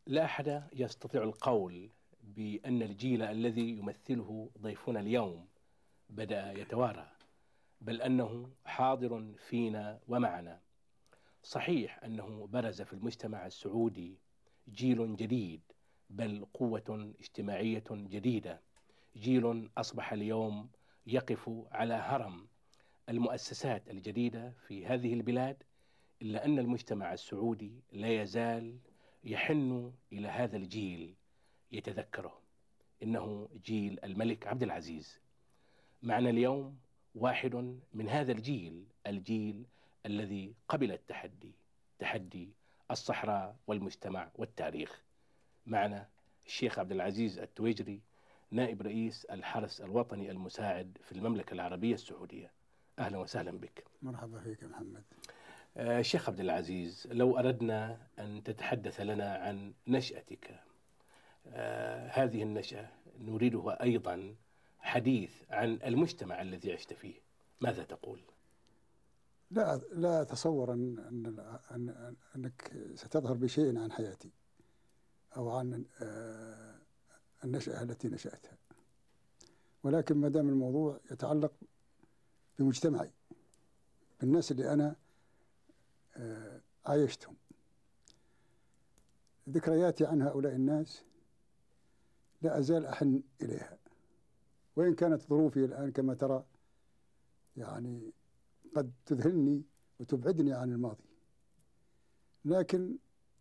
لا أحد يستطيع القول بأن الجيل الذي يمثله ضيفنا اليوم بدأ يتوارى، بل أنه حاضر فينا ومعنا. صحيح أنه برز في المجتمع السعودي جيل جديد، بل قوة اجتماعية جديدة، جيل أصبح اليوم يقف على هرم المؤسسات الجديدة في هذه البلاد، إلا أن المجتمع السعودي لا يزال يحن إلى هذا الجيل، يتذكره. إنه جيل الملك عبد العزيز. معنا اليوم واحد من هذا الجيل، الجيل الذي قبل التحدي، تحدي الصحراء والمجتمع والتاريخ. معنا الشيخ عبد العزيز التويجري، نائب رئيس الحرس الوطني المساعد في المملكة العربية السعودية. أهلا وسهلا بك. مرحبا فيك يا محمد. الشيخ عبد العزيز، لو أردنا أن تتحدث لنا عن نشأتك، هذه النشأة نريدها أيضا حديث عن المجتمع الذي عشت فيه، ماذا تقول؟ لا أتصور أنك ستظهر بشيء عن حياتي أو عن النشأة التي نشأتها، ولكن ما دام الموضوع يتعلق بمجتمعي، بالناس اللي أنا عايشتهم، ذكرياتي عن هؤلاء الناس لا أزال أحن إليها، وإن كانت ظروفي الآن كما ترى يعني قد تذهلني وتبعدني عن الماضي، لكن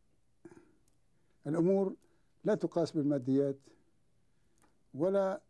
الأمور لا تقاس بالماديات ولا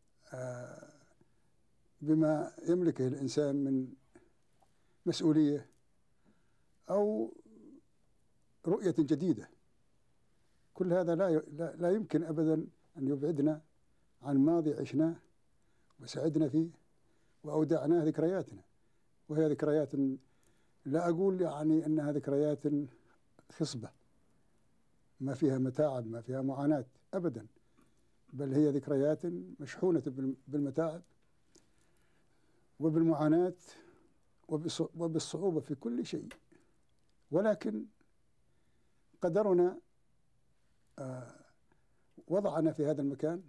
بما يملكه الإنسان من مسؤولية أو رؤية جديدة. كل هذا لا يمكن أبدا أن يبعدنا عن ماضي عشناه وسعدنا فيه وأودعناه ذكرياتنا، وهي ذكريات لا أقول يعني أنها ذكريات خصبة ما فيها متاعب ما فيها معاناة أبدا، بل هي ذكريات مشحونة بالمتاعب وبالمعاناة وبالصعوبة في كل شيء، ولكن قدرنا وضعنا في هذا المكان،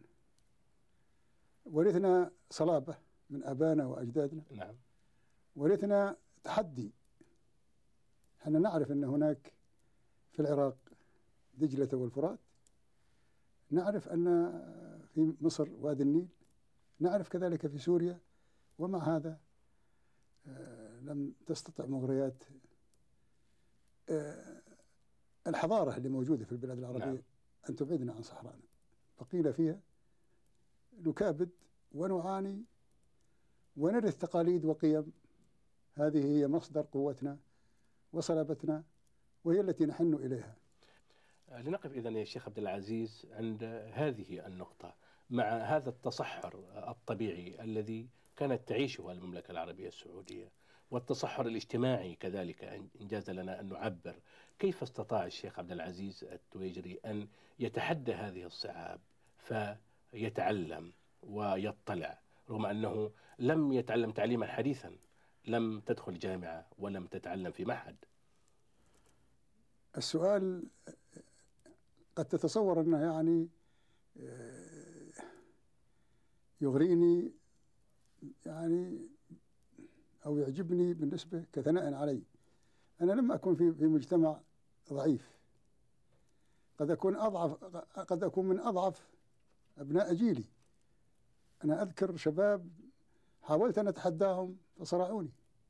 ورثنا صلابة من آبائنا وأجدادنا. نعم. ورثنا تحدي. احنا نعرف أن هناك في العراق دجلة والفرات، نعرف أن في مصر وادي النيل، نعرف كذلك في سوريا، ومع هذا لم تستطع مغريات الحضارة اللي موجودة في البلاد العربية نعم. أن تبعدنا عن صحراءنا. بقينا فيها نكابد ونعاني ونرث تقاليد وقيم، هذه هي مصدر قوتنا وصلابتنا، وهي التي نحن إليها. لنقف إذن يا شيخ عبد العزيز عند هذه النقطة، مع هذا التصحر الطبيعي الذي كانت تعيشه المملكة العربية السعودية، والتصحر الاجتماعي كذلك، إنجاز لنا أن نعبر. كيف استطاع الشيخ عبد العزيز التويجري أن يتحدى هذه الصعاب فيتعلم ويطلع، رغم أنه لم يتعلم تعليما حديثا، لم تدخل جامعة ولم تتعلم في معهد؟ السؤال قد تتصور أنه يعني يغريني يعني أو يعجبني بالنسبة كثناء علي. أنا لم أكن في مجتمع ضعيف، قد أكون من أضعف أبناء جيلي. أنا أذكر شباب حاولت أن أتحداهم فصرعوني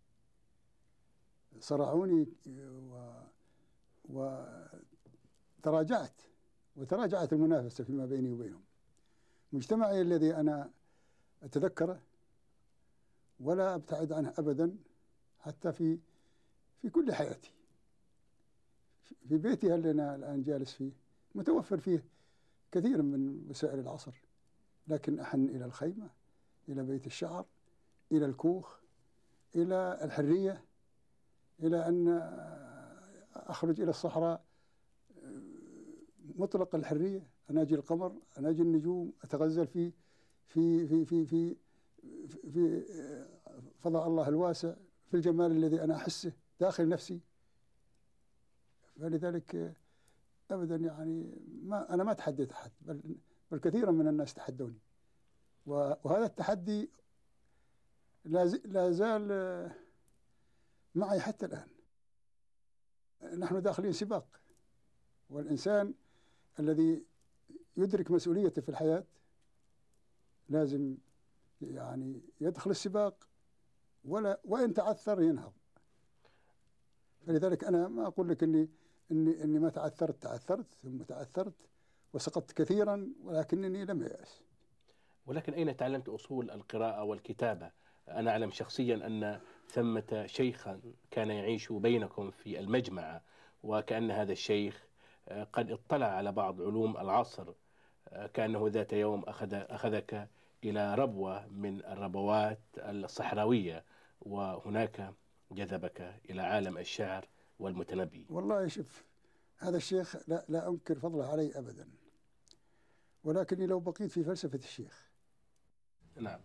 وتراجعت المنافسة فيما بيني وبينهم. مجتمعي الذي أنا أتذكره ولا أبتعد عنه أبدا، حتى في كل حياتي، في بيتي اللي أنا الآن جالس فيه متوفر فيه كثير من وسائل العصر، لكن أحن إلى الخيمة، إلى بيت الشعر، إلى الكوخ، إلى الحرية، إلى أن أخرج إلى الصحراء مطلق الحرية، أناجي القمر، أناجي النجوم، أتغزل في في في في في في فضاء الله الواسع، في الجمال الذي أنا أحسه داخل نفسي. فلذلك أبدا يعني ما أنا ما تحديت أحد، بل كثيرا من الناس تحدوني، وهذا التحدي لا زال معي حتى الآن. نحن داخلين سباق، والإنسان الذي يدرك مسؤوليته في الحياة لازم يعني يدخل السباق، وإن تعثر ينهض. فلذلك أنا ما أقول لك إني ما تعثرت ثم تعثرت وسقطت كثيرا، ولكنني لم يأس. ولكن أين تعلمت أصول القراءة والكتابة؟ أنا أعلم شخصيا أن ثمة شيخا كان يعيش بينكم في المجمع، وكأن هذا الشيخ قد اطلع على بعض علوم العصر، كأنه ذات يوم أخذك إلى ربوة من الربوات الصحراوية، وهناك جذبك إلى عالم الشعر والمتنبي. والله شوف، هذا الشيخ لا أنكر فضله علي أبدا، ولكني لو بقيت في فلسفة الشيخ نعم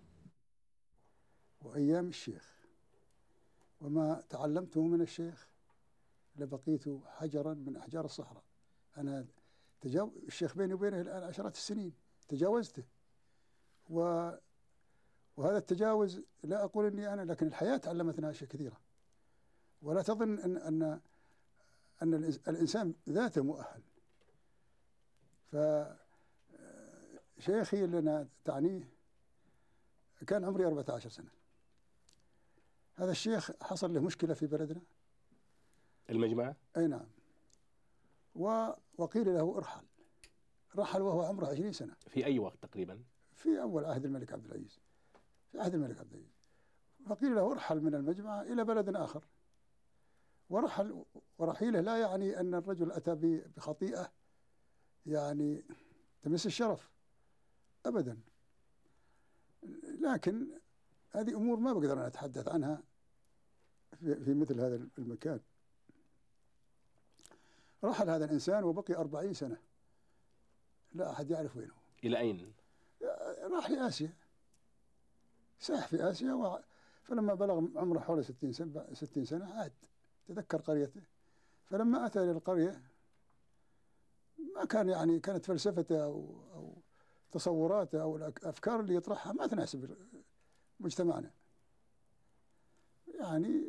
وأيام الشيخ وما تعلمته من الشيخ لبقيت حجرا من أحجار الصحراء. أنا الشيخ بيني وبينه الآن عشرات السنين، تجاوزته، وهذا التجاوز لا أقول إني أنا، لكن الحياة علمتنا أشياء كثيرة. ولا تظن أن الإنسان ذاته مؤهل. فشيخي اللي أنا تعنيه كان عمري 14 سنة. هذا الشيخ حصل له مشكلة في بلدنا المجمع. أي نعم. وقيل له ارحل. رحل وهو عمره 20 سنة. في أي وقت تقريبا؟ في أول عهد الملك عبد العزيز، في عهد الملك عبد العزيز. فقيل له ارحل من المجمع إلى بلد آخر. ورحل، ورحيله لا يعني أن الرجل أتى بخطيئة يعني تمس الشرف أبدا، لكن هذه أمور ما بقدر أن أتحدث عنها في مثل هذا المكان. رحل هذا الإنسان وبقي 40 سنة لا أحد يعرف وينه. إلى أين؟ راح لآسيا، ساح في آسيا، فلما بلغ عمره حول 60 سنة عاد تذكر قريته. فلما أتى للقرية ما كان يعني، كانت فلسفته أو تصوراته أو الأفكار اللي يطرحها ما تناسب مجتمعنا. يعني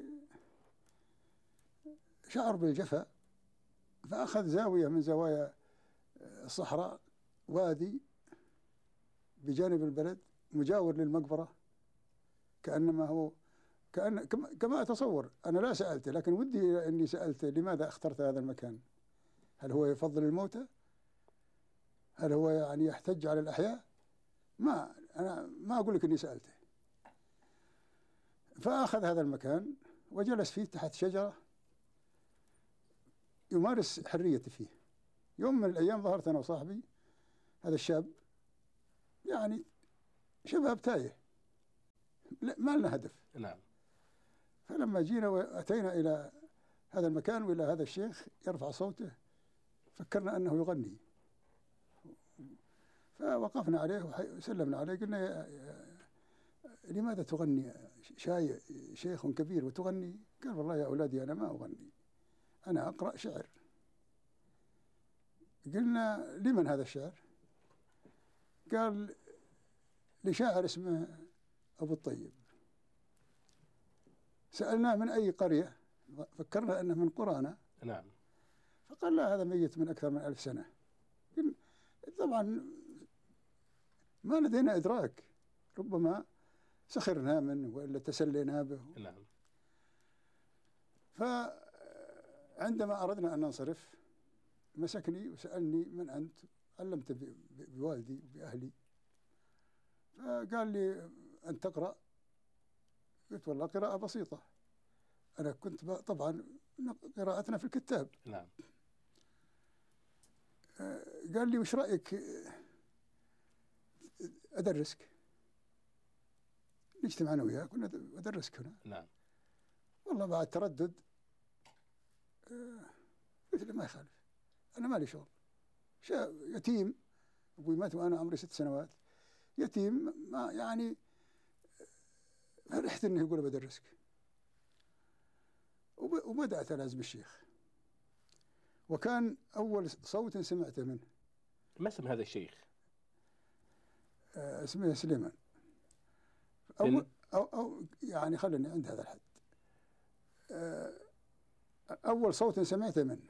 شعر بالجفا، فأخذ زاوية من زوايا الصحراء، وادي بجانب البلد مجاور للمقبرة، كأنما هو كما أتصور. أنا لا سألته، لكن ودي أني سألته لماذا اخترت هذا المكان؟ هل هو يفضل الموتى؟ هل هو يعني يحتج على الأحياء؟ أنا ما أقول لك أني سألته. فأخذ هذا المكان وجلس فيه تحت شجرة يمارس حريته فيه. يوم من الأيام ظهرت أنا وصاحبي، هذا الشاب يعني شباب تايه، ما لنا هدف. نعم. فلما جينا وأتينا إلى هذا المكان وإلى هذا الشيخ يرفع صوته، فكرنا أنه يغني، فوقفنا عليه وسلمنا عليه، قلنا لماذا تغني؟ شيخ كبير وتغني؟ قال والله يا أولادي أنا ما أغني، أنا أقرأ شعر. قلنا لمن هذا الشعر؟ قال لشاعر اسمه أبو الطيب. سألناه من أي قرية؟ فكرنا أنه من قرانا. نعم. فقال لا، هذا ميت من أكثر من 1000 سنة. طبعا ما لدينا إدراك، ربما سخرنا منه وإلا تسلينا به. نعم. فعندما أردنا أن ننصرف مسكني وسألني من أنت؟ علمت بوالدي وبأهلي. فقال لي أن تقرأ. قلت والله قراءة بسيطة، أنا كنت طبعا قراءتنا في الكتاب. نعم. قال لي وش رأيك أدرسك؟ نجتمع أنا وياك وأدرسك هنا. نعم. والله بعد تردد قلت له ما يخالف، أنا مالي شغل، يتيم، أبوي مات وأنا عمري 6 سنوات، يتيم، ما يعني فرحت إنه يقول بدرسك. وبدأت ألازم الشيخ، وكان أول صوت سمعته منه. ما اسم هذا الشيخ؟ اسمه سليمان. أو يعني خلني عند هذا الحد. أول صوت سمعته منه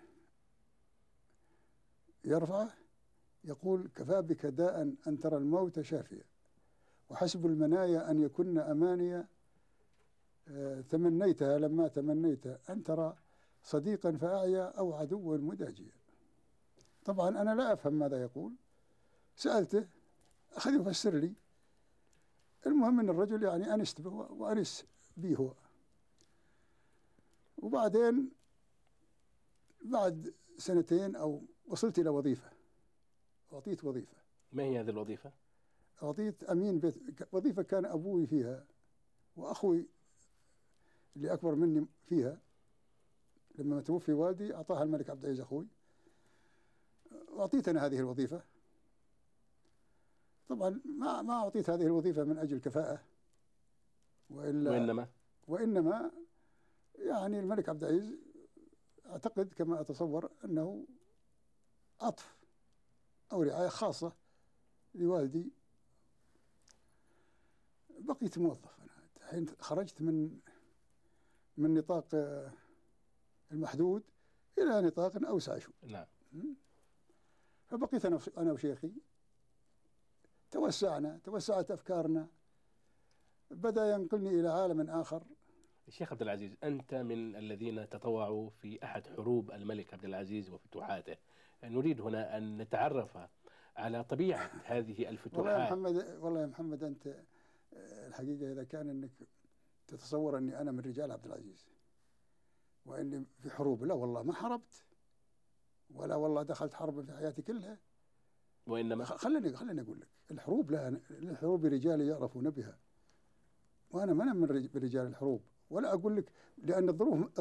يرفعه يقول: كفى بك داء أن ترى الموت شافيا، وحسب المنايا أن يكن أمانيا، تمنيتها لما تمنيت أن ترى صديقا فأعيا أو عدوا مداجيا. طبعا أنا لا أفهم ماذا يقول، سألته أخذ يفسر لي. المهم أن الرجل يعني أنست به وأنس به هو. وبعدين بعد سنتين أو وصلت إلى وظيفة، أعطيت وظيفة. ما هي هذه الوظيفة؟ أعطيت أمين بيت، وظيفة كان أبوي فيها وأخوي اللي أكبر مني فيها. لما توفي والدي أعطاها الملك عبد العزيز أخوي، وأعطيت أنا هذه الوظيفة. طبعا ما أعطيت هذه الوظيفة من أجل كفاءة، وإنما يعني الملك عبد العزيز أعتقد كما أتصور أنه عطف أو رعاية خاصة لوالدي. بقيت موظف أنا حين خرجت من نطاق المحدود إلى نطاق أوسع شوي. نعم. فبقيت أنا وشيخي، توسعت أفكارنا، بدأ ينقلني إلى عالم آخر. الشيخ عبد العزيز، أنت من الذين تطوعوا في أحد حروب الملك عبد العزيز وفتوحاته. نريد هنا أن نتعرف على طبيعة هذه الفتوحات. والله يا محمد أنت الحقيقة إذا كان أنك تتصور أني أنا من رجال عبد العزيز وإني في حروب، لا والله ما حربت، ولا والله دخلت حرب في حياتي كلها. وإنما خليني أقول لك، الحروب رجال يعرفون بها، وأنا ما من رجال الحروب. ولا أقول لك لأن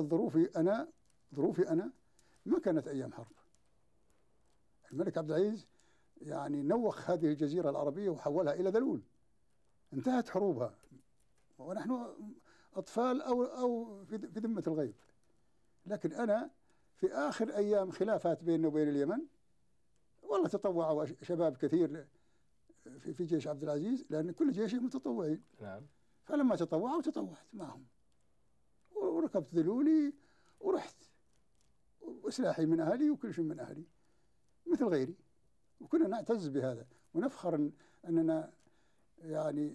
ظروفي أنا ما كانت أيام حرب. الملك عبد العزيز يعني نوخ هذه الجزيرة العربية وحولها إلى ذلول، انتهت حروبها ونحن أطفال أو في ذمة الغيب. لكن أنا في آخر أيام خلافات بيننا وبين اليمن، والله تطوعوا شباب كثير في جيش عبد العزيز، لأن كل جيش متطوعين. نعم. فلما تطوعوا تطوعت معهم، وركبت ذلولي ورحت، وسلاحي من أهلي وكل شيء من أهلي مثل غيري. وكنا نعتز بهذا ونفخر أننا يعني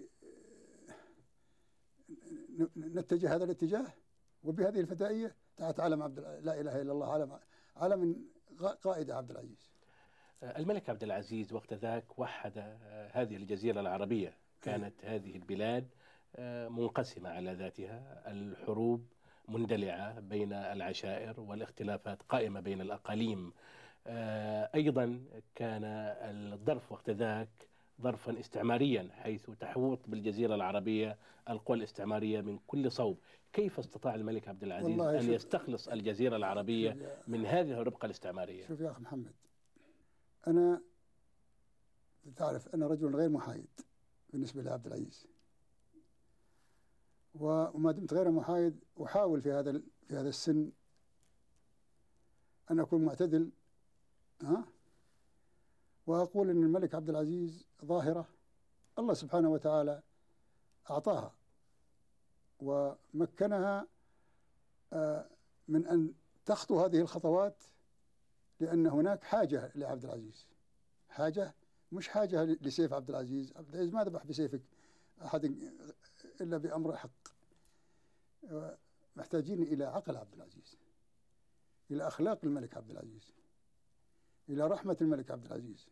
نتجه هذا الاتجاه وبهذه الفدائية. تحت علم لا إله إلا الله، علم قائد عبد العزيز. الملك عبد العزيز وقت ذاك وحد هذه الجزيرة العربية. كانت هذه البلاد منقسمة على ذاتها، الحروب مندلعة بين العشائر والاختلافات قائمة بين الأقاليم. أيضا كان الظرف وقت ذاك ظرفا استعماريا، حيث تحوط بالجزيرة العربية القوى الاستعمارية من كل صوب. كيف استطاع الملك عبد العزيز أن يستخلص الجزيرة العربية من هذه الربقة الاستعمارية؟ شوف يا أخي محمد، أنا تعرف أنا رجل غير محايد بالنسبة لعبد العزيز، وما دمت غير محايد أحاول في هذا السن أن أكون معتدل. وأقول أن الملك عبد العزيز ظاهرة الله سبحانه وتعالى أعطاها ومكنها من أن تخطو هذه الخطوات، لأن هناك حاجة لعبد العزيز، مش حاجة لسيف عبد العزيز. عبد العزيز ما ذبح بسيفك أحد إلا بأمر حق. محتاجين إلى عقل عبد العزيز، إلى أخلاق الملك عبد العزيز، إلى رحمة الملك عبد العزيز،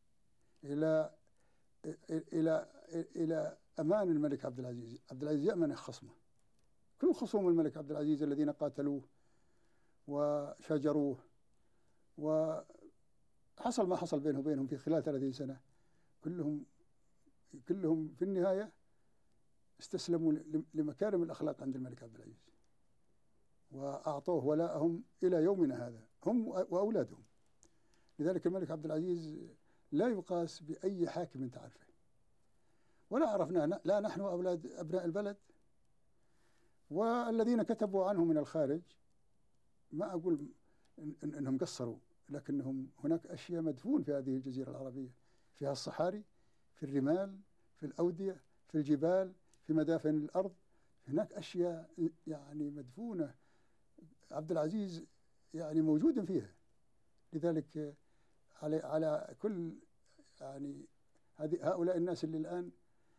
إلى أمان الملك عبد العزيز. عبد العزيز يأمن خصمه، كل خصوم الملك عبد العزيز الذين قاتلوه وشاجروه وحصل ما حصل بينه وبينهم في خلال 30 سنة، كلهم في النهاية استسلموا لمكارم الأخلاق عند الملك عبد العزيز، وأعطوه ولاءهم إلى يومنا هذا هم وأولادهم. لذلك الملك عبد العزيز لا يقاس بأي حاكم تعرفه، ولا عرفناه، لا نحن أبناء البلد والذين كتبوا عنه من الخارج. ما أقول أنهم قصروا، لكنهم هناك أشياء مدفون في هذه الجزيرة العربية، فيها الصحاري، في الرمال، في الأودية، في الجبال، في مدافن الأرض، هناك أشياء يعني مدفونة عبد العزيز يعني موجود فيها. لذلك على كل يعني هؤلاء الناس اللي الآن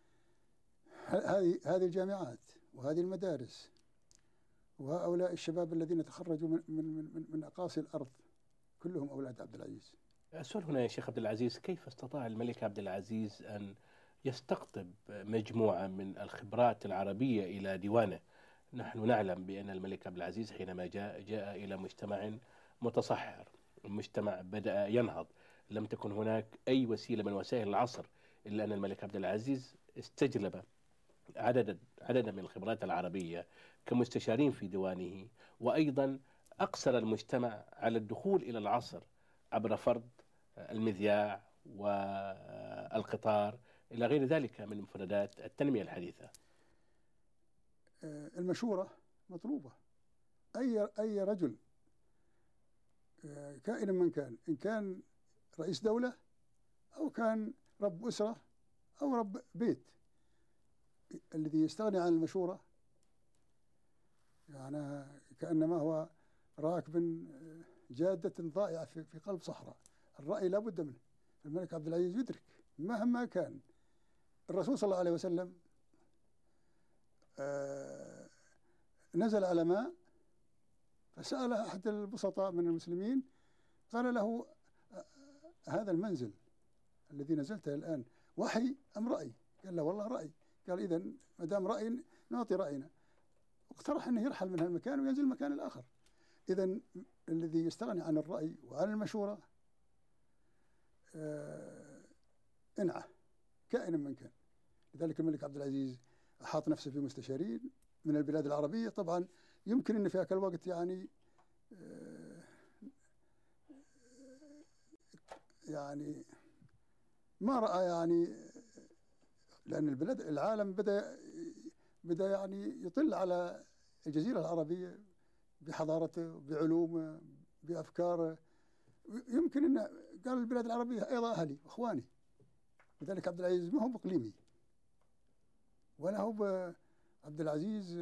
هذه الجامعات وهذه المدارس وهؤلاء الشباب الذين تخرجوا من أقاصي الأرض كلهم أولاد عبد العزيز. السؤال هنا يا شيخ عبد العزيز، كيف استطاع الملك عبد العزيز أن يستقطب مجموعة من الخبرات العربية إلى ديوانه؟ نحن نعلم بأن الملك عبد العزيز حينما جاء إلى مجتمع متصحر، المجتمع بدأ ينهض، لم تكن هناك أي وسيلة من وسائل العصر إلا أن الملك عبد العزيز استجلب عددا من الخبرات العربية كمستشارين في ديوانه، وأيضا أقصر المجتمع على الدخول إلى العصر عبر فرض المذياع والقطار إلى غير ذلك من مفردات التنمية الحديثة. المشورة مطلوبة. أي رجل كائنا من كان، إن كان رئيس دولة أو كان رب أسرة أو رب بيت، الذي يستغني عن المشورة يعني كأنما هو راكب جادة ضائعة في قلب صحراء. الرأي لا بد منه. الملك عبد العزيز يدرك مهما كان. الرسول صلى الله عليه وسلم نزل على ماء، فسأل أحد البسطاء من المسلمين، قال له: هذا المنزل الذي نزلته الآن وحي أم رأي؟ قال له: والله رأي. قال: إذن ما دام رأي نعطي رأينا. واقترح أنه يرحل من هالمكان وينزل المكان الآخر. إذن الذي يستغني عن الرأي وعن المشورة انعى كائنا من كان. لذلك الملك عبد العزيز أحاط نفسه بمستشارين من البلاد العربية. طبعا يمكن أن في هذا الوقت يعني ما رأى لأن العالم بدأ يعني يطل على الجزيرة العربية بحضارته، بعلومه، بأفكاره. يمكن أن قال البلاد العربية أيضا أهلي وأخواني. لذلك عبد العزيز ما هو بإقليمي ولا هو عبد العزيز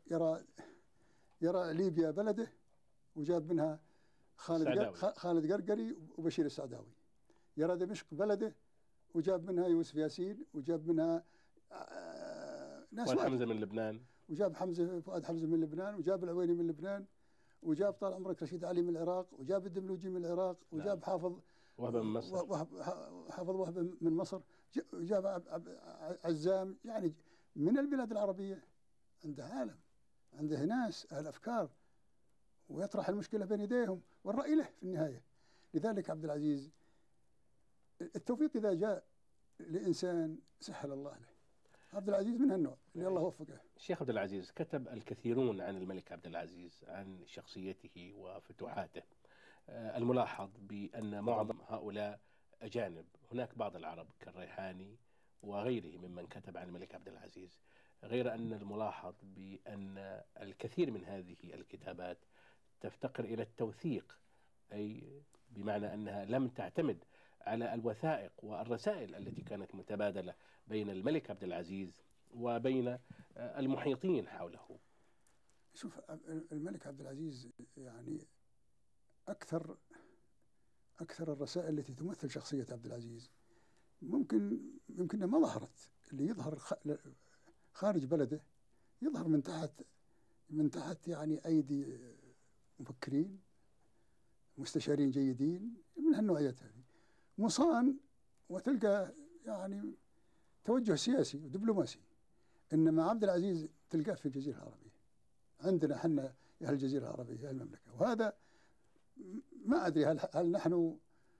يرى ليبيا بلده وجاب منها خالد قرقري وبشير السعداوي، يرى دمشق بلده وجاب منها يوسف ياسين وجاب منها ناس فؤاد حمزة من لبنان، وجاب فؤاد حمزة من لبنان، وجاب العويني من لبنان، وجاب طال عمرك رشيد علي من العراق، وجاب الدملوجي من العراق، وجاب حافظ وهبة من مصر، حافظ وهبة من مصر، وجاب عزام. يعني من البلاد العربية عنده عالم، عنده ناس أهل أفكار، ويطرح المشكلة بين يديهم، والرأي له في النهاية. لذلك عبد العزيز التوفيق إذا جاء لإنسان سهل الله له. عبد العزيز من هالنوع اللي الله وفقه. الشيخ عبد العزيز، كتب الكثيرون عن الملك عبد العزيز، عن شخصيته وفتوحاته. الملاحظ بأن معظم هؤلاء أجانب، هناك بعض العرب كالريحاني وغيره ممن كتب عن الملك عبد العزيز، غير أن الملاحظ بأن الكثير من هذه الكتابات تفتقر إلى التوثيق، أي بمعنى أنها لم تعتمد على الوثائق والرسائل التي كانت متبادلة بين الملك عبد العزيز وبين المحيطين حوله. شوف، الملك عبد العزيز يعني أكثر الرسائل التي تمثل شخصية عبد العزيز ممكن ما ظهرت. اللي يظهر خارج بلده يظهر من تحت يعني أيدي مفكرين مستشارين جيدين من هالنوعيات هذه، مصان، وتلقى يعني توجه سياسي ودبلوماسي. إنما عبد العزيز تلقاه في الجزيرة العربية، عندنا حنا أهل الجزيرة العربية، أهل المملكة. وهذا ما أدري هل نحن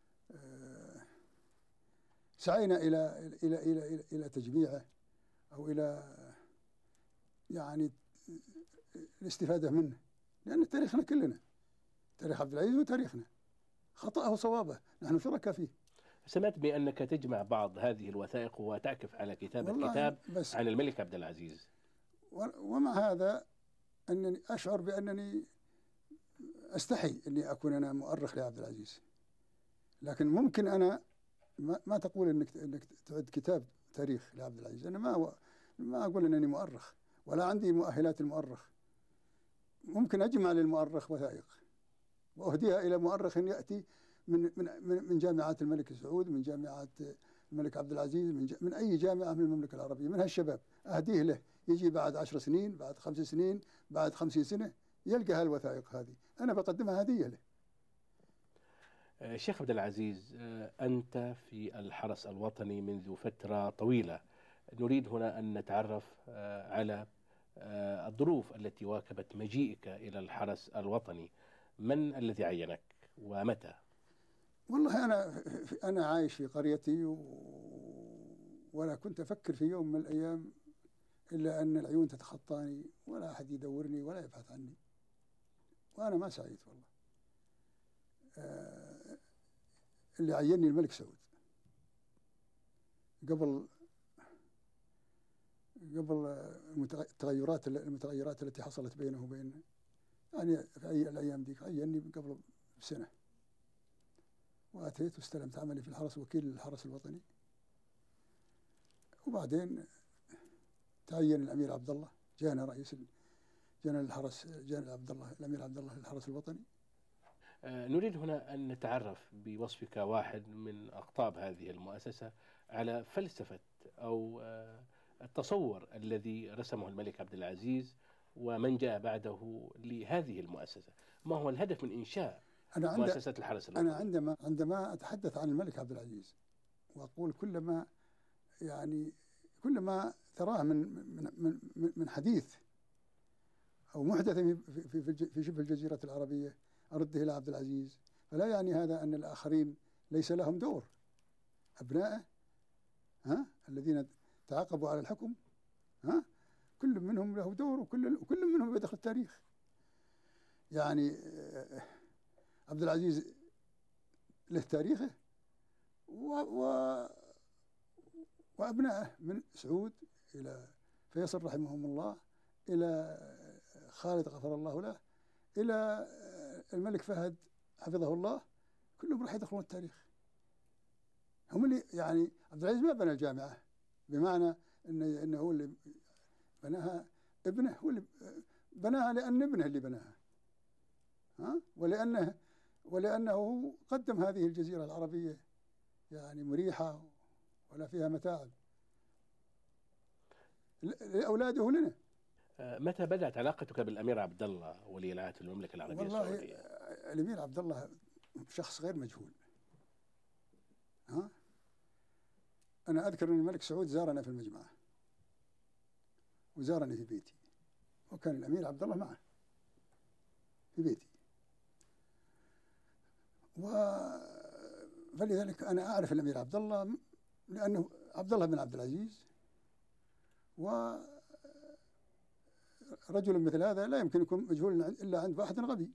سعينا إلى تجميعه أو إلى يعني الاستفادة منه، لأن تاريخنا كلنا تاريخ عبد العزيز وتاريخنا، خطأه وصوابه نحن شركاء فيه. سمعت بأنك تجمع بعض هذه الوثائق وتعكف على كتابة كتاب عن الملك عبد العزيز. ومع هذا أنني أشعر بأنني أستحي أني أكون أنا مؤرخ لعبد العزيز، لكن ممكن أنا ما تقول أنك تعد كتاب تاريخ لعبد العزيز. أنا ما أقول أنني مؤرخ ولا عندي مؤهلات المؤرخ. ممكن أجمع للمؤرخ وثائق وأهديها إلى مؤرخ يأتي من جامعات الملك سعود، من جامعات الملك عبد العزيز، من أي جامعة من المملكة العربية، من هالشباب، أهديه له، يجي بعد 10 سنين، بعد 5 سنين، بعد 50 سنة يلقى هالوثائق هذه، أنا بقدمها هدية له. شيخ عبد العزيز، أنت في الحرس الوطني منذ فترة طويلة. نريد هنا أن نتعرف على الظروف التي واكبت مجيئك إلى الحرس الوطني. من الذي عينك ومتى؟ والله أنا عايش في قريتي ولا كنت أفكر في يوم من الأيام إلا أن العيون تتخطاني ولا أحد يدورني ولا يبحث عني، وأنا ما سعيت والله. اللي عيني الملك سعود قبل المتغيرات التي حصلت بينه وبين، يعني في أي الأيام دي عيني قبل بسنة، وأتيت واستلمت عملي في الحرس، وكيل الحرس الوطني. وبعدين تعين الأمير عبد الله، جانا الحرس، جانا الأمير عبد الله للحرس الوطني. نريد هنا أن نتعرف بوصفك واحد من أقطاب هذه المؤسسة على فلسفة أو التصور الذي رسمه الملك عبد العزيز ومن جاء بعده لهذه المؤسسة. ما هو الهدف من إنشاء مؤسسة الحرس الوطني؟ أنا عندما أتحدث عن الملك عبد العزيز وأقول كل ما تراه من حديث أو محدث في شبه الجزيرة العربية أرده إلى عبد العزيز، فلا يعني هذا أن الآخرين ليس لهم دور. أبنائه الذين تعاقبوا على الحكم، كل منهم له دور، وكل منهم يدخل التاريخ. يعني عبد العزيز له تاريخه وأبنائه من سعود إلى فيصل رحمهم الله، إلى خالد غفر الله له، إلى الملك فهد حفظه الله، كلهم راح يدخلون التاريخ. هم اللي يعني عبد العزيز ما بنى الجامعة بمعنى إنه هو اللي بناها، ابنه هو اللي بناها، لأن ابنه اللي بناها، ولأنه قدم هذه الجزيرة العربية يعني مريحة ولا فيها متاعب لأولاده لنا. متى بدأت علاقتك بالأمير عبد الله ولي العهد في المملكة العربية السعودية؟ والله الأمير عبد الله شخص غير مجهول. أنا أذكر أن الملك سعود زارنا في المجمع وزارني في بيتي، وكان الأمير عبد الله معه في بيتي، فلذلك أنا أعرف الأمير عبد الله، لأنه عبد الله بن عبد العزيز، ورجل مثل هذا لا يمكن يكون مجهول إلا عند واحد غبي،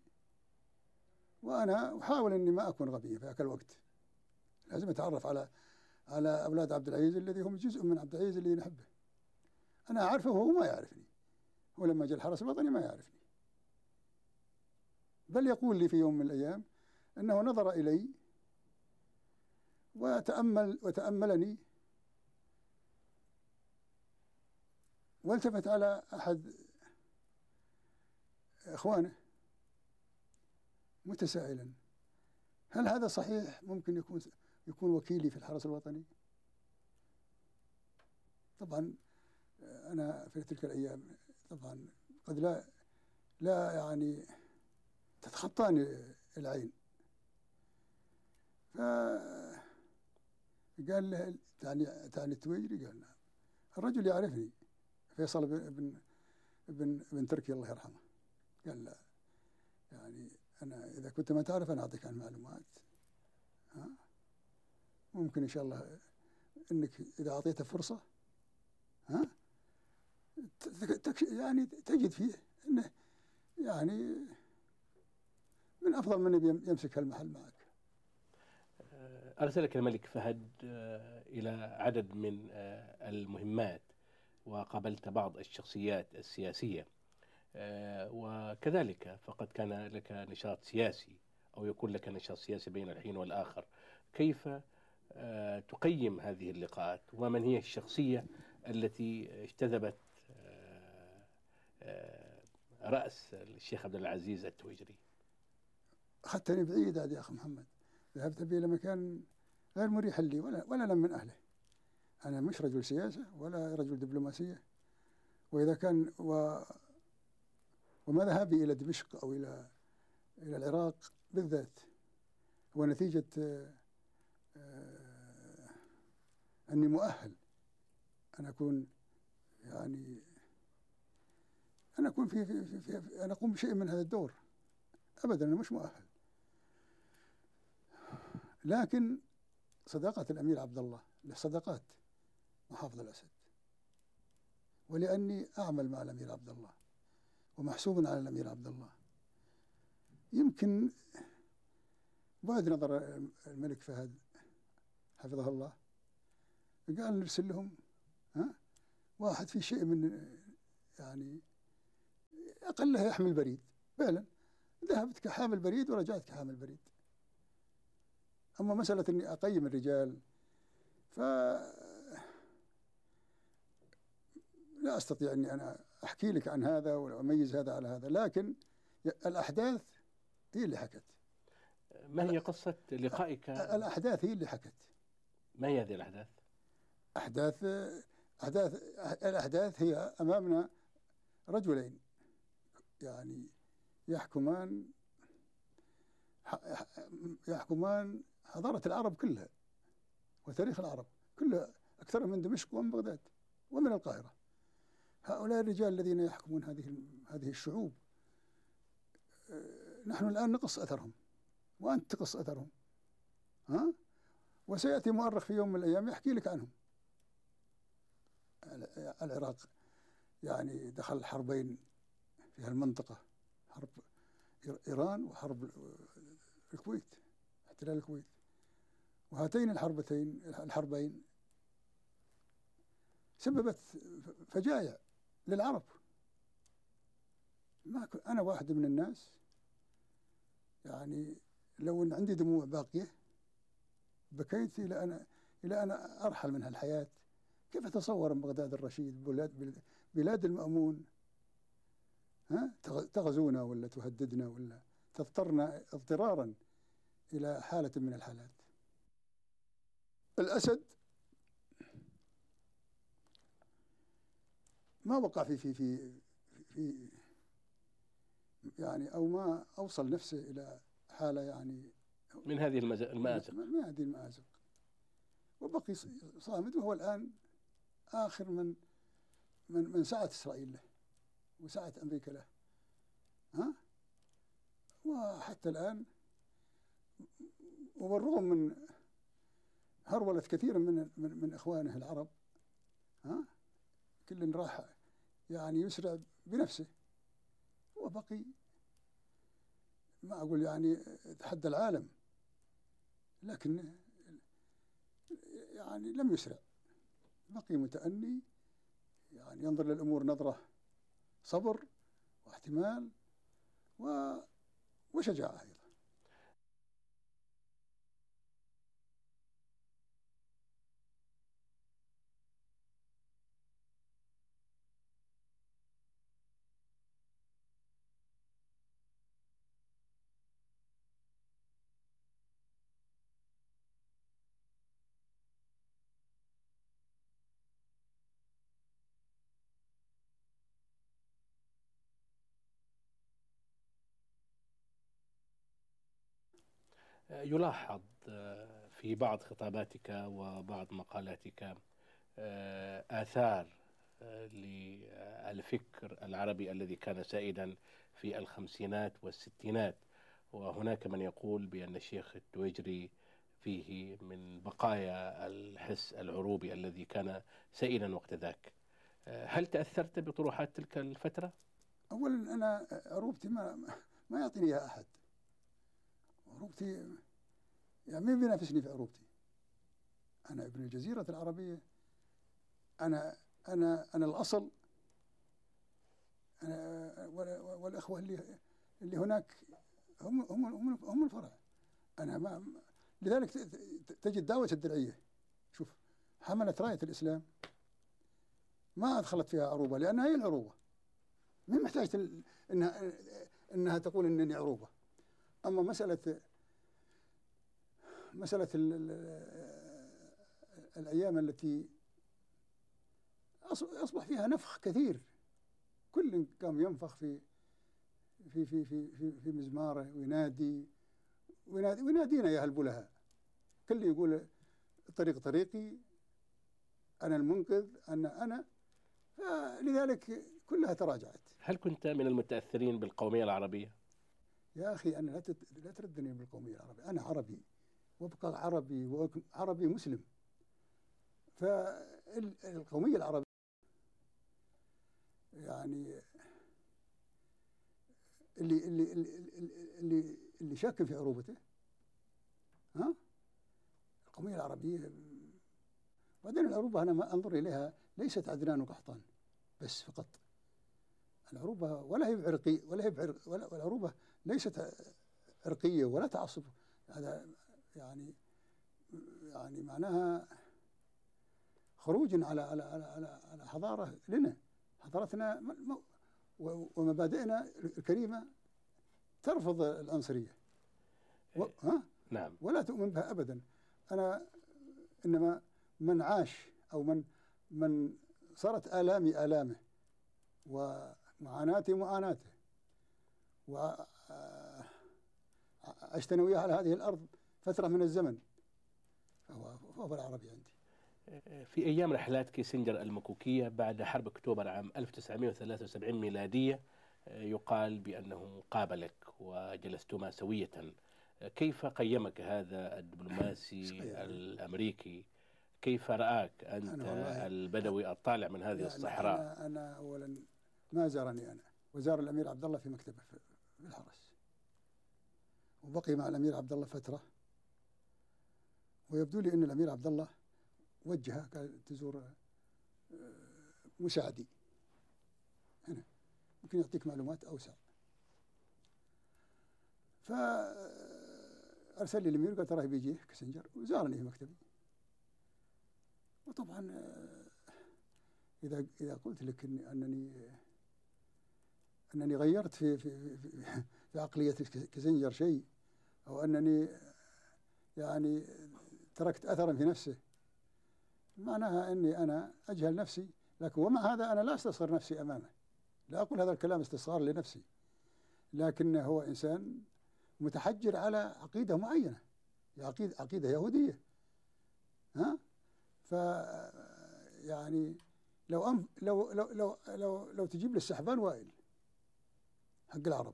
وأنا أحاول أني ما أكون غبي في ذاك الوقت. لازم أتعرف على أولاد عبد العزيز الذي هم جزء من عبد العزيز اللي نحبه. أنا أعرفه وهو ما يعرفني، هو لما جاء الحرس الوطني ما يعرفني، بل يقول لي في يوم من الأيام أنه نظر إلي وتأملني والتفت على أحد إخوانه متسائلا: هل هذا صحيح؟ ممكن يكون وكيلي في الحرس الوطني؟ طبعا أنا في تلك الأيام طبعا قد لا يعني تتخطاني العين. فقال له: تعني التويجري؟ قال: نعم. الرجل يعرفني، فيصل بن تركي الله يرحمه. قال: لا، يعني أنا إذا كنت ما تعرف أنا أعطيك عن معلومات، ممكن إن شاء الله إنك إذا أعطيته فرصة يعني تجد فيه إنه يعني من أفضل من يمسك هالمحل معك. أرسلك الملك فهد إلى عدد من المهمات، وقابلت بعض الشخصيات السياسية. وكذلك فقد كان لك نشاط سياسي أو يكون لك نشاط سياسي بين الحين والآخر. كيف تقيم هذه اللقاءات، ومن هي الشخصية التي اجتذبت رأس الشيخ عبد العزيز التويجري؟ أخذتني بعيد هذا يا أخي محمد، ذهبت بي إلى مكان غير مريح لي ولا أنا من أهله. أنا مش رجل سياسة ولا رجل دبلوماسية، وإذا كان وما ذهابي إلى دمشق أو إلى العراق بالذات هو نتيجة أني مؤهل أن أكون يعني أنا أكون أنا أقوم بشيء من هذا الدور. أبدا أنا مش مؤهل، لكن صداقة الأمير عبد الله لصداقات محافظ الأسد، ولأني أعمل مع الأمير عبد الله ومحسوب على الأمير عبد الله. يمكن بعد نظر الملك فهد حفظه الله قال نرسل لهم واحد في شيء من يعني أقلها يحمل بريد. فعلا ذهبت كحامل بريد ورجعت كحامل بريد. أما مسألة أني أقيم الرجال لا أستطيع أني أنا أحكي لك عن هذا وأميز هذا على هذا، لكن الأحداث هي اللي حكت. ما هي قصة لقائك؟ الأحداث هي اللي حكت. ما هي هذه الأحداث؟ الأحداث هي أمامنا رجلين يعني يحكمان حضارة العرب كلها وتاريخ العرب كلها، أكثر من دمشق ومن بغداد ومن القاهرة. هؤلاء الرجال الذين يحكمون هذه الشعوب، نحن الآن نقص أثرهم وأنت تقص أثرهم، وسيأتي مؤرخ في يوم من الأيام يحكي لك عنهم. العراق يعني دخل حربين في هالمنطقة، حرب إيران وحرب الكويت، احتلال الكويت، وهاتين الحربين سببت فجايع للعرب. أنا واحد من الناس يعني لو أن عندي دموع باقية بكيت إلى أن أرحل من هالحياة. كيف أتصور أن بغداد الرشيد بلاد المأمون تغزونا ولا تهددنا ولا تضطرنا اضطرارا إلى حالة من الحالات. الأسد ما وقع في يعني أو ما أوصل نفسه إلى حالة يعني من هذه المآزق، وبقي صامد، وهو الآن آخر من سعة إسرائيل له وسعة أمريكا له، وحتى الآن وبالرغم من هرولة كثير من إخوانه العرب، كل راح يعني يسرع بنفسه، وبقي ما أقول يعني تحدى العالم، لكن يعني لم يسرع، بقي متأني، يعني ينظر للأمور نظرة صبر واحتمال وشجاعة أيضا. يلاحظ في بعض خطاباتك وبعض مقالاتك آثار للفكر العربي الذي كان سائدا في الخمسينات والستينات، وهناك من يقول بأن الشيخ التويجري فيه من بقايا الحس العروبي الذي كان سائدا وقت ذاك. هل تأثرت بطروحات تلك الفترة؟ أولا أنا عروبتي ما يعطيني إياها أحد. عروبتي يعني مين بينافسني في عروبتي؟ أنا ابن الجزيرة العربية، أنا الأصل والأخوة اللي هناك هم الفرع. أنا ما لذلك تجد دعوة الدرعية، شوف، حملت راية الإسلام ما أدخلت فيها عروبة، لأنها هي العروبة، ما محتاجة إنها تقول إنني عروبة. أما مسألة الأيام التي أصبح فيها نفخ كثير، كل قام ينفخ في مزماره وينادينا يا هالبلهاء، كل يقول الطريق طريقي، أنا المنقذ، أنا فلذلك كلها تراجعت. هل كنت من المتأثرين بالقومية العربية؟ يا أخي أنا لا تردني بالقومية العربية، أنا عربي وابقى عربي وعربي مسلم. فالقومية العربية يعني اللي شاك في عروبته، ها، القومية العربية. بعدين العروبة أنا ما أنظر إليها ليست عدنان وقحطان بس فقط. العروبة ولا هي بعرقي ولا العروبة ليست عرقية ولا تعصب. هذا يعني معناها خروج على حضارة لنا، حضارتنا ومبادئنا الكريمة ترفض العنصرية نعم، ولا تؤمن بها أبدا. أنا إنما من عاش أو من صارت آلامي آلامه ومعاناتي معاناته، وعشت أنا وياه على هذه الأرض فترة من الزمن، فهو العربي عندي. في أيام رحلات كيسنجر المكوكية بعد حرب أكتوبر عام 1973 ميلادية، يقال بأنه قابلك وجلستما سوية. كيف قيمك هذا الدبلوماسي الأمريكي؟ كيف رآك أنت البدوي الطالع من هذه الصحراء؟ أنا أولا ما زارني أنا، وزار الأمير عبد الله في مكتبه في الحرس، وبقي مع الأمير عبد الله فترة، ويبدو لي أن الأمير عبد الله وجهها قال تزور مساعدي هنا، ممكن يعطيك معلومات أوسع. فأرسل لي الأمير قال تراه بيجيه كيسنجر، وزارني في مكتبي. وطبعا إذا قلت لك أنني غيرت في عقلية كيسنجر شيء، أو أنني يعني تركت أثرا في نفسه، معناها أني أنا أجهل نفسي. لكن ومع هذا أنا لا أستصغر نفسي أمامه، لا أقول هذا الكلام استصغار لنفسي، لكنه هو إنسان متحجر على عقيدة معينة، عقيدة يهودية، ها. ف يعني لو تجيب لي السحبان وائل حق العرب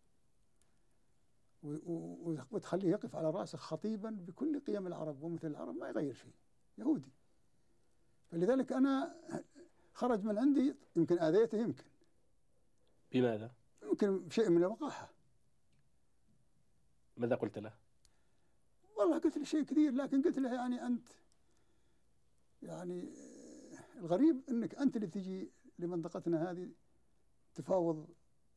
وتخليه يقف على رأسه خطيبا بكل قيم العرب ومثل العرب، ما يغير شيء، يهودي. فلذلك أنا خرج من عندي، يمكن آذيته، يمكن. بماذا؟ يمكن شيء من الوقاحة. ماذا قلت له؟ والله قلت له شيء كثير، لكن قلت له يعني أنت يعني الغريب أنك أنت اللي تجي لمنطقتنا هذه تفاوض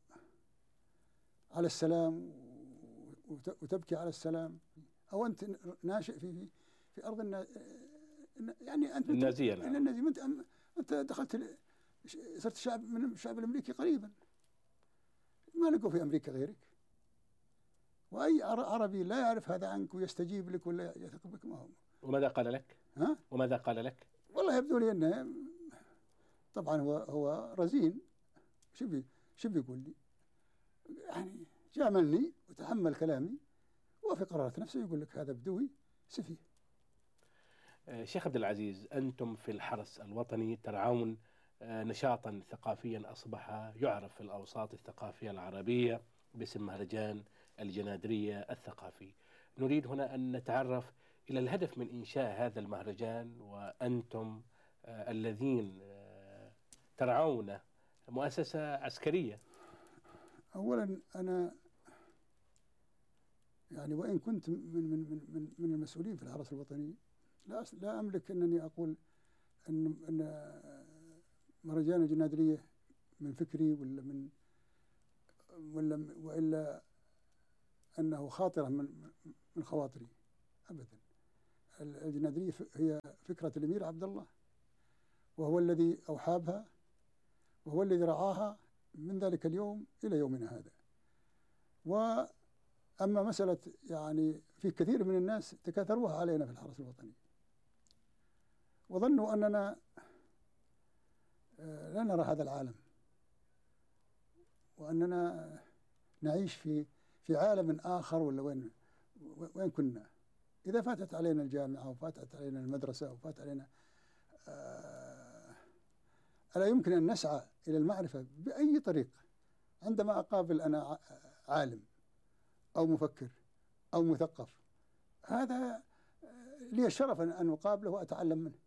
على السلام وتبكي على السلام، أو أنت ناشئ في أرض يعني أنت النازية. نعم. النازية. أنت دخلت صرت شعب من الشعب الأمريكي قريبا، ما لقوا في أمريكا غيرك، وأي عربي لا يعرف هذا عنك ويستجيب لك ولا يثق بك ما هو. وماذا قال لك؟ ها؟ وماذا قال لك؟ والله يبدو لي أنه طبعا هو رزين، شو بيقول لي؟ يعني جاملني وتحمل كلامي، وفي قرارة نفسه يقول لك هذا بدوي سفيه. شيخ عبد العزيز، أنتم في الحرس الوطني ترعون نشاطا ثقافيا أصبح يعرف في الأوساط الثقافية العربية باسم مهرجان الجنادرية الثقافي. نريد هنا أن نتعرف إلى الهدف من إنشاء هذا المهرجان، وأنتم الذين ترعون مؤسسة عسكرية. أولا أنا يعني وإن كنت من المسؤولين في الحرس الوطني، لا أملك أنني أقول أن مهرجان الجنادرية من فكري وإلا أنه خاطرة من خواطري أبدا. الجنادرية هي فكرة الأمير عبد الله، وهو الذي أوحى بها، وهو الذي رعاها من ذلك اليوم إلى يومنا هذا. وأما مسألة يعني في كثير من الناس تكاثروها علينا في الحرس الوطني، وظنوا أننا لا نرى هذا العالم، وأننا نعيش في عالم آخر، ولا وين كنا. إذا فاتت علينا الجامعة وفاتت علينا المدرسة وفات علينا ألا يمكن أن نسعى إلى المعرفة بأي طريق؟ عندما أقابل أنا عالم أو مفكر أو مثقف، هذا لي الشرف أن أقابله وأتعلم منه.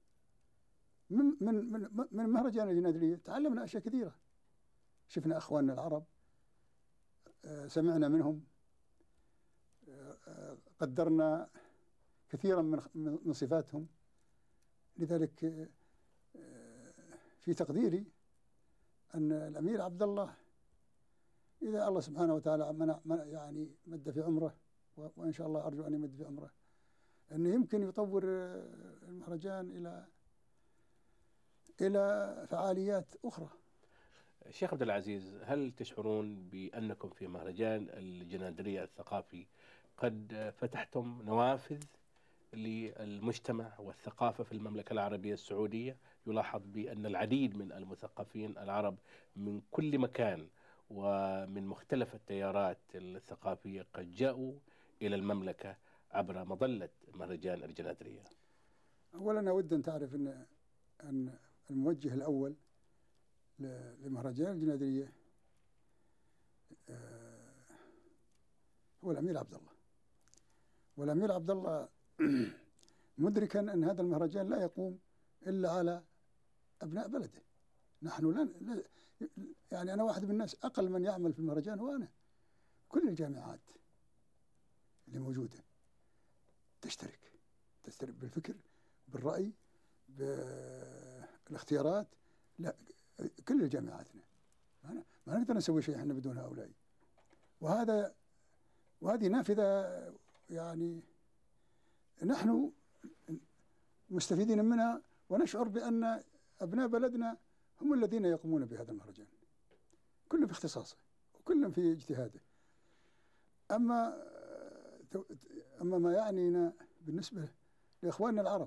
من مهرجان الجنادرية تعلمنا أشياء كثيرة، شفنا أخواننا العرب، سمعنا منهم، قدرنا كثيرا من صفاتهم. لذلك في تقديري أن الأمير عبد الله، إذا الله سبحانه وتعالى يعني مد في عمره، وإن شاء الله أرجو أن يمد في عمره، أنه يمكن يطور المهرجان إلى فعاليات أخرى. شيخ عبد العزيز، هل تشعرون بأنكم في مهرجان الجنادرية الثقافي قد فتحتم نوافذ للمجتمع والثقافة في المملكة العربية السعودية؟ يلاحظ بأن العديد من المثقفين العرب من كل مكان ومن مختلف التيارات الثقافية قد جاءوا إلى المملكة عبر مظلة مهرجان الجنادرية. أولا أود أن تعرف أن الموجه الأول لمهرجان الجنادرية هو الأمير عبد الله. والأمير عبد الله مدركا أن هذا المهرجان لا يقوم إلا على أبناء بلده. نحن لا يعني أنا واحد من الناس أقل من يعمل في المهرجان هو أنا. كل الجامعات اللي موجودة تشترك بالفكر، بالرأي، بالاختيارات. لا، كل جامعاتنا ما نقدر نسوي شيء احنا بدون هؤلاء. وهذه نافذة يعني نحن مستفيدين منها، ونشعر بأن أبناء بلدنا هم الذين يقومون بهذا المهرجان، كل في اختصاصه وكل في اجتهاده. أما ما يعنينا بالنسبة لإخواننا العرب،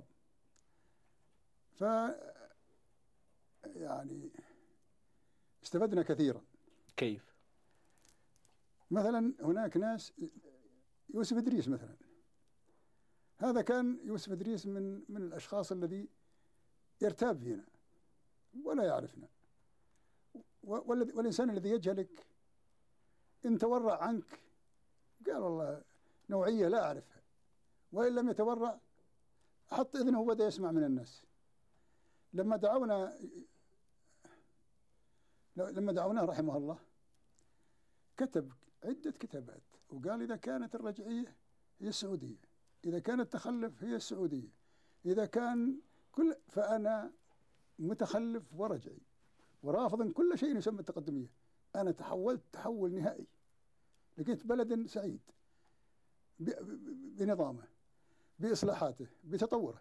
يعني استفدنا كثيرا. كيف؟ مثلا هناك ناس، يوسف إدريس مثلا، هذا كان يوسف إدريس من الأشخاص الذي يرتاب فينا ولا يعرفنا، والإنسان الذي يجهلك إن تورع عنك قال والله نوعية لا أعرفها، وإن لم يتورع حط إذنه وبدأ يسمع من الناس. لما دعوناه رحمه الله كتب عدة كتابات، وقال إذا كانت الرجعية هي السعودية، إذا كان التخلف هي السعودية، إذا كان فأنا متخلف ورجعي ورافض كل شيء يسمى التقدمية. أنا تحولت تحول نهائي، لقيت بلد سعيد بنظامه، بإصلاحاته، بتطوره.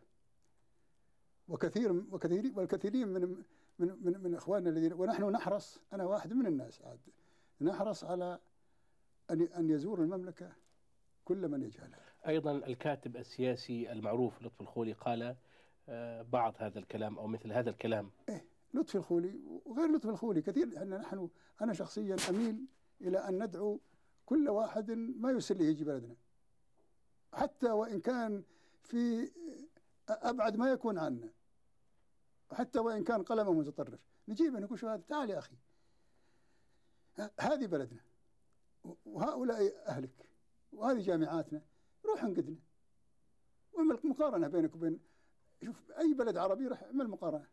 والكثيرين من إخواننا الذين، ونحن نحرص، أنا واحد من الناس عاد نحرص على أن يزور المملكة كل من يجهلها. أيضا الكاتب السياسي المعروف لطفي الخولي قال بعض هذا الكلام أو مثل هذا الكلام. لطفي الخولي وغير لطفي الخولي كثير. أنا شخصيا أميل إلى أن ندعو كل واحد ما يسر له يجي بلدنا، حتى وإن كان في أبعد ما يكون عنا، حتى وإن كان قلمه متطرف، نجيبه نقول شو هذا، تعال يا أخي هذه بلدنا وهؤلاء أهلك وهذه جامعاتنا، روح انقدنا. واعمل مقارنة بينك وبين، شوف أي بلد عربي راح اعمل مقارنة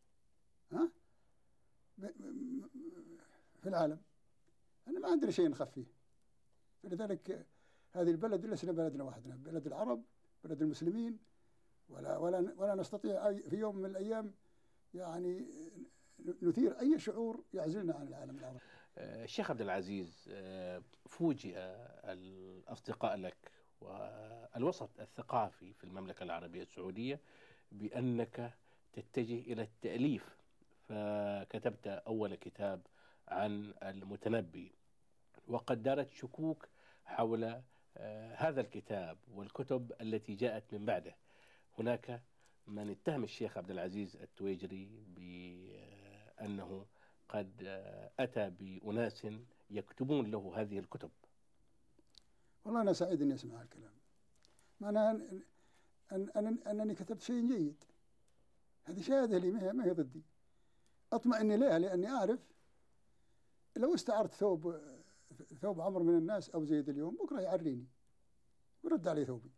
في العالم. أنا ما عندنا شيء نخاف فيه. فلذلك هذه البلد لسنا بلدنا وحدنا، بلد العرب، بلد المسلمين، ولا نستطيع في يوم من الأيام يعني نثير أي شعور يعزلنا عن العالم العربي. الشيخ عبد العزيز، فوجئ الأصدقاء لك والوسط الثقافي في المملكة العربية السعودية بأنك تتجه إلى التأليف، فكتبت أول كتاب عن المتنبي، وقد دارت شكوك حول هذا الكتاب والكتب التي جاءت من بعده. هناك من اتهم الشيخ عبد العزيز التويجري بأنه قد أتى بأناس يكتبون له هذه الكتب. والله أنا سعيد أني أسمع الكلام، معناها أنني كتبت شيء جيد، هذه شهادة لي ما هي ضدي، أطمئن إليها لأني أعرف لو استعرت ثوب عمرو من الناس أو زيد اليوم بكرة يعريني ويرد علي ثوبي.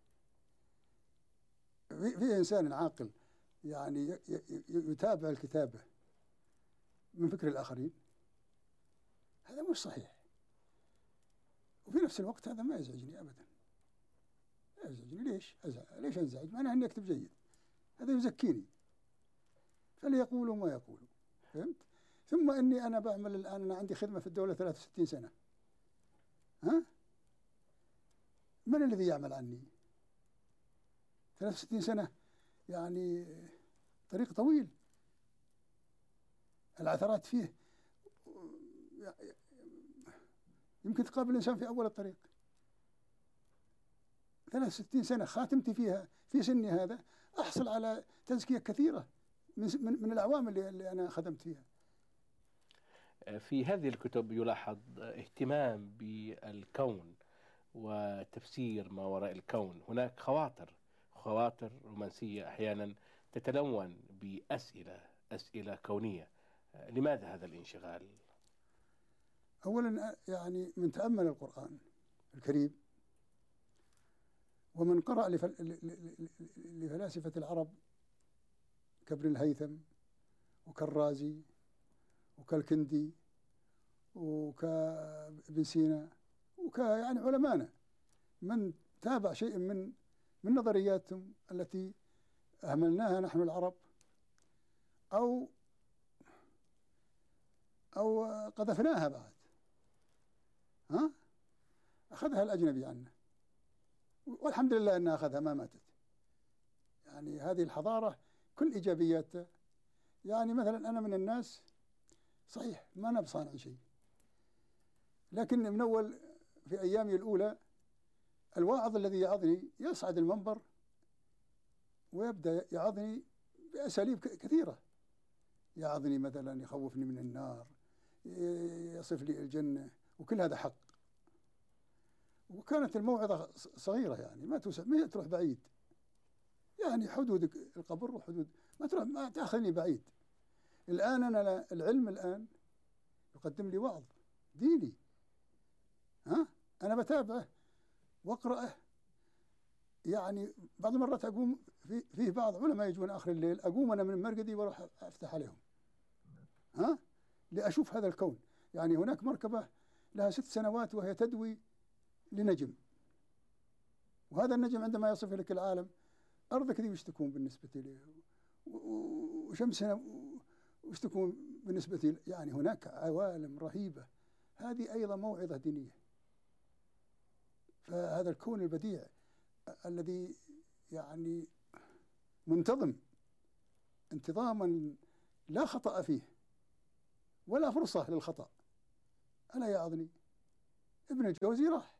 في إنسان عاقل يعني يتابع الكتابة من فكر الآخرين، هذا مش صحيح. وفي نفس الوقت هذا ما يزعجني أبدا، لا يزعجني. ليش أنزعج؟ معناه أني أكتب جيد، هذا يزكيني، فليقولوا ما يقولوا، فهمت؟ ثم إني أنا بعمل الآن، أنا عندي خدمة في الدولة 63 سنة، ها؟ من الذي يعمل عني؟ 63 سنة يعني طريق طويل، العثرات فيه يمكن تقابل الإنسان في أول الطريق. 63 سنة خاتمتي فيها في سني هذا أحصل على تزكية كثيرة من الأعوام اللي أنا خدمت فيها. في هذه الكتب يلاحظ اهتمام بالكون وتفسير ما وراء الكون. هناك خواطر رومانسية أحيانا تتلون بأسئلة كونية. لماذا هذا الانشغال؟ أولا يعني من تأمل القرآن الكريم ومن قرأ لفلاسفة العرب كابن الهيثم وكالرازي وكالكندي وكابن سينا يعني علمانا، من تابع شيء من نظرياتهم التي أهملناها نحن العرب أو قذفناها بعد، أخذها الأجنبي عنا، والحمد لله أنها أخذها ما ماتت. يعني هذه الحضارة كل إيجابياتها، يعني مثلا أنا من الناس صحيح ما أنا بصانع شيء، لكن من أول في أيامي الأولى الواعظ الذي يعظني يصعد المنبر ويبدأ يعظني بأساليب كثيرة، يعظني مثلا يخوفني من النار، يصف لي الجنة، وكل هذا حق. وكانت الموعظة صغيرة يعني ما تروح بعيد، يعني حدود القبر وحدود ما تأخذني بعيد. الآن أنا العلم الآن يقدم لي وعظ ديني، أنا بتابعه وأقرأه. يعني بعض المرات أقوم فيه بعض علماء يجون آخر الليل، أقوم أنا من مرقدي وأروح أفتح عليهم لأشوف هذا الكون. يعني هناك مركبة لها 6 سنوات وهي تدوي لنجم، وهذا النجم عندما يصف لك العالم أرضك ذي وش تكون بالنسبة لي، وشمسنا وش تكون بالنسبة لي. يعني هناك عوالم رهيبة، هذه أيضا موعظة دينية. فهذا الكون البديع الذي يعني منتظم انتظاما لا خطأ فيه ولا فرصة للخطأ، ألا يعظني؟ ابن الجوزي راح،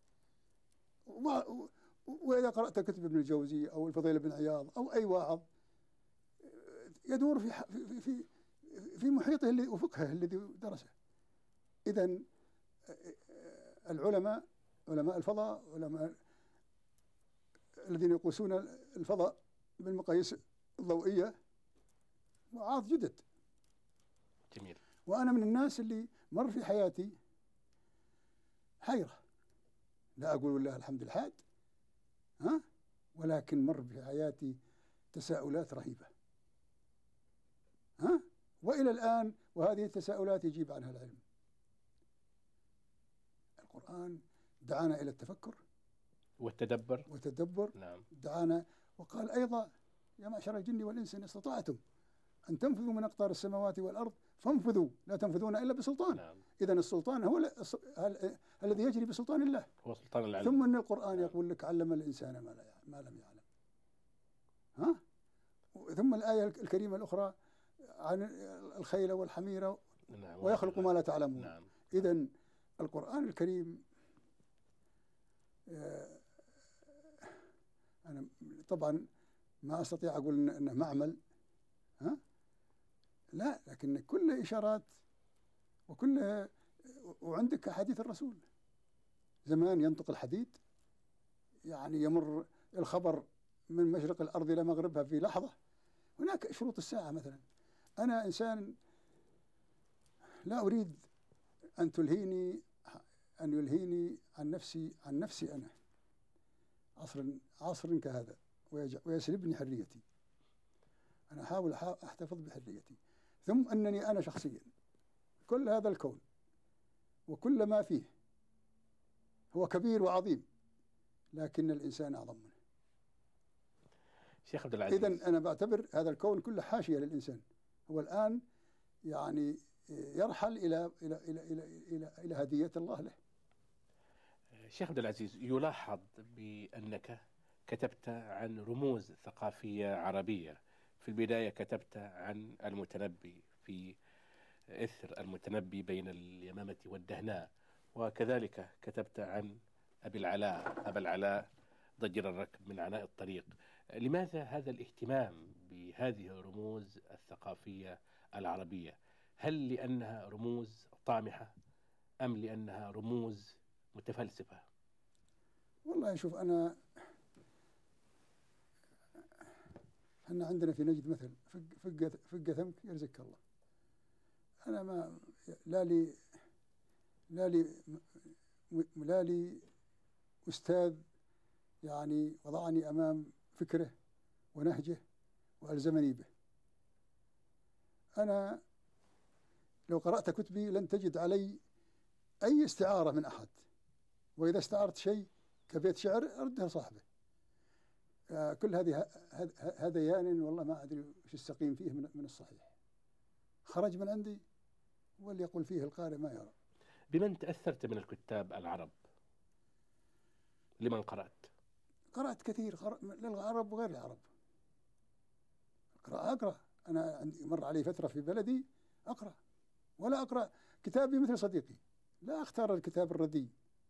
وإذا قرأت كتب ابن الجوزي أو الفضيل بن عياض أو أي واعظ يدور في محيطه وفقهه الذي درسه. إذن العلماء، علماء الفضاء، علماء الذين يقيسون الفضاء بالمقاييس الضوئية، وعاظ جدد. جميل. وأنا من الناس اللي مر في حياتي حيرة، لا أقول والله الحمد الحاد، ولكن مر في حياتي تساؤلات رهيبة، وإلى الآن وهذه التساؤلات يجيب عنها العلم. القرآن دعانا إلى التفكر والتدبر. نعم. دعانا وقال أيضا: يا معشر الجن والإنس إن استطعتم أن تنفذوا من أقطار السماوات والأرض فانفذوا لا تنفذون إلا بسلطان. نعم. إذن السلطان هو الذي يجري بسلطان الله. هو سلطان العلم. ثم أن القرآن يقول لك علم الإنسان ما لم يعلم. ها؟ ثم الآية الكريمة الأخرى عن الخيل والحمير نعم. ويخلق ما لا تعلمون. نعم. إذن القرآن الكريم أنا طبعا ما أستطيع أقول أنه معمل، ها؟ لا، لكن كل إشارات وعندك أحاديث الرسول. زمان ينطق الحديد، يعني يمر الخبر من مشرق الأرض إلى مغربها في لحظة. هناك شروط الساعة مثلا. أنا إنسان لا أريد أن يلهيني عن نفسي أنا عصر كهذا ويسلبني حريتي. أنا أحاول أحتفظ بحريتي. ثم أنني أنا شخصيا كل هذا الكون وكل ما فيه هو كبير وعظيم، لكن الإنسان أعظم منه. شيخ عبد العزيز، إذن أنا بعتبر هذا الكون كله حاشية للإنسان. هو الآن يعني يرحل إلى هدية الله له. شيخ عبد العزيز، يلاحظ بأنك كتبت عن رموز ثقافية عربية. في البداية كتبت عن المتنبي في إثر المتنبي بين اليمامة والدهناء، وكذلك كتبت عن أبا العلاء ضجر الركب من عناء الطريق. لماذا هذا الاهتمام بهذه الرموز الثقافية العربية؟ هل لأنها رموز طامحة أم لأنها رموز متفلسفة؟ والله شوف، أنا احنا عندنا في نجد مثل فق ثمك يرزقك الله. أنا ما لا لي أستاذ يعني وضعني أمام فكره ونهجه وألزمني به. أنا لو قرأت كتبي لن تجد علي أي استعارة من أحد، وإذا استعرت شيء كبيت شعر أردها صاحبه. كل هذه هذيان والله ما أدري وش السقيم فيه من الصحيح. خرج من عندي وليقول فيه القارئ ما يرى. بمن تأثرت من الكتاب العرب؟ لمن قرأت؟ قرأت كثير للعرب وغير العرب. أقرأ. أنا مر علي فترة في بلدي أقرأ، ولا أقرأ كتابي مثل صديقي. لا أختار الكتاب الرديء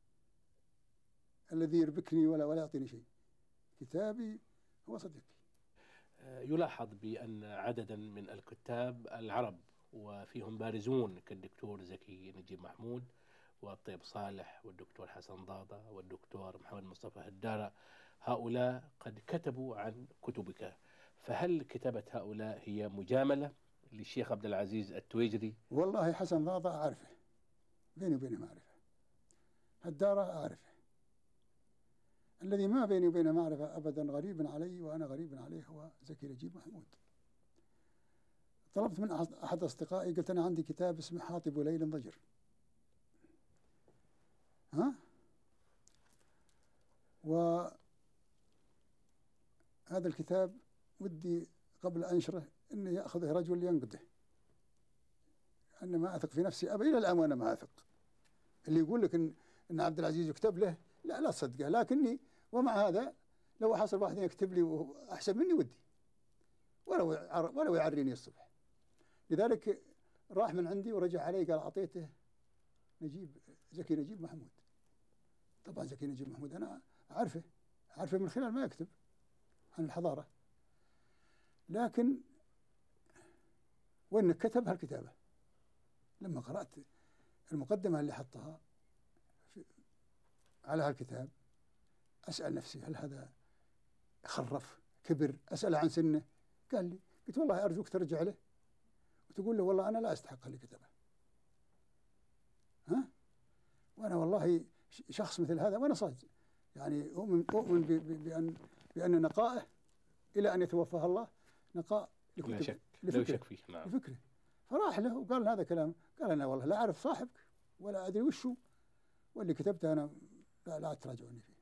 الذي يربكني ولا يعطيني شيء. كتابي هو صديقي. يلاحظ بأن عددا من الكتاب العرب وفيهم بارزون كالدكتور زكي نجيب محمود والطيب صالح والدكتور حسن ضاضة والدكتور محمد مصطفى هدارة، هؤلاء قد كتبوا عن كتبك. فهل كتابة هؤلاء هي مجاملة للشيخ عبد العزيز التويجري؟ والله حسن ضاضة أعرفه، بيني وبينه معرفة. هدارة أعرفه. الذي ما بيني وبينه معرفة أبدا، غريب علي وأنا غريب عليه، هو زكي نجيب محمود. طلبت من أحد أصدقائي، قلت أنا عندي كتاب اسمه حاطب ليل ضجر، وهذا الكتاب ودي قبل أنشره أنه يأخذه رجل ينقده. أنا ما أثق في نفسي أبدا، إلى الآن وأنا ما أثق. اللي يقول لك إن عبد العزيز يكتب له، لا تصدقه. لكني ومع هذا لو حصل واحد يكتب لي أحسن مني ودي، ولو يعريني الصبح. لذلك راح من عندي ورجع علي قال أعطيته زكي نجيب محمود. طبعا زكي نجيب محمود أنا أعرفه من خلال ما يكتب عن الحضارة، لكن وإن كتب هالكتابة. لما قرأت المقدمة اللي حطها على هالكتاب أسأل نفسي هل هذا خرف كبر؟ أسأل عن سنه. قال لي، قلت والله أرجوك ترجع له وتقول له والله أنا لا أستحق اللي كتبه. وأنا والله شخص مثل هذا وأنا صادق، يعني أؤمن بأن نقائه إلى أن يتوفاه الله نقاء لا شك فيه. نعم. لفكره. فراح له وقال هذا كلام. قال أنا والله لا أعرف صاحبك ولا أدري وشو، واللي كتبته أنا لا تراجعوني فيه.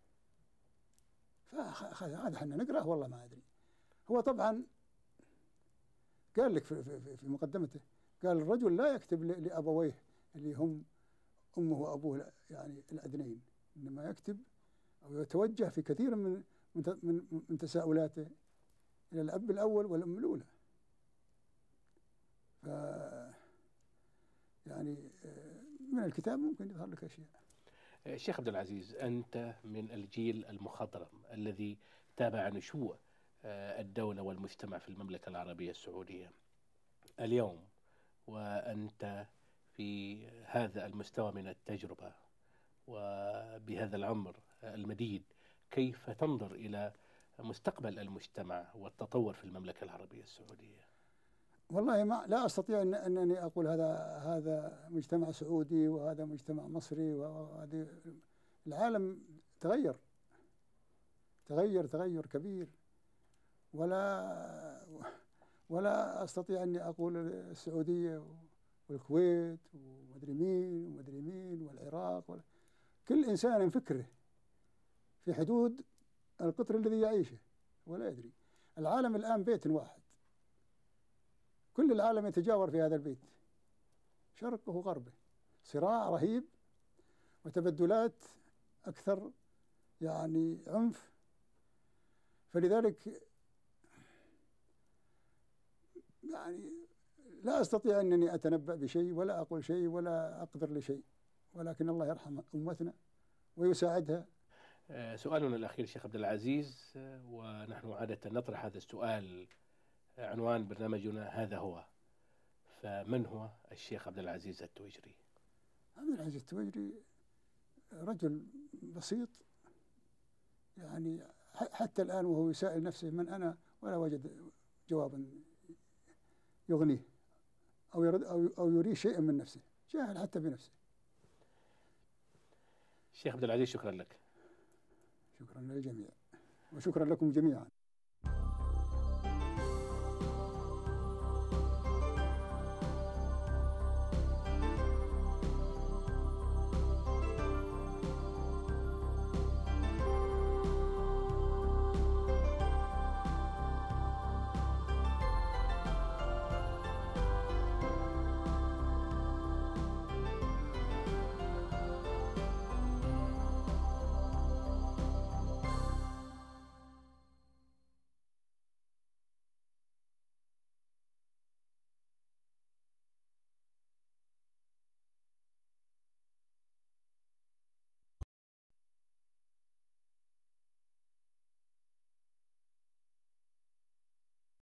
فهذا احنا نقرأه والله ما أدري. هو طبعا قال لك في مقدمته، قال الرجل لا يكتب لأبويه اللي هم أمه وأبوه يعني الأدنين، إنما يكتب أو يتوجه في كثير من تساؤلاته إلى الأب الأول والأم الأولى. ف يعني من الكتاب ممكن يظهر لك أشياء. الشيخ عبد العزيز، أنت من الجيل المخضرم الذي تابع نشوء الدولة والمجتمع في المملكة العربية السعودية. اليوم وأنت في هذا المستوى من التجربة وبهذا العمر المديد، كيف تنظر إلى مستقبل المجتمع والتطور في المملكة العربية السعودية؟ والله لا أستطيع أنني أقول هذا مجتمع سعودي وهذا مجتمع مصري، وهذه العالم تغير كبير، ولا أستطيع أني أقول السعودية والكويت ومدري مين والعراق، كل إنسان فكره في حدود القطر الذي يعيشه ولا يدري. العالم الآن بيت واحد، كل العالم يتجاور في هذا البيت، شرقه وغربه، صراع رهيب وتبدلات أكثر يعني عنف. فلذلك يعني لا أستطيع أنني أتنبأ بشيء ولا أقول شيء ولا أقدر لشيء، ولكن الله يرحم أمتنا ويساعدها. سؤالنا الأخير شيخ عبد العزيز، ونحن عادة نطرح هذا السؤال، عنوان برنامجنا هذا هو، فمن هو الشيخ عبد العزيز التويجري؟ عبد العزيز التويجري رجل بسيط، يعني حتى الآن وهو يسائل نفسه من أنا، ولا وجد جوابا يغنيه أو يرد أو يريه شيئا من نفسه، جاهل حتى بنفسه. الشيخ عبد العزيز، شكرا لك. شكرا للجميع وشكرا لكم جميعا.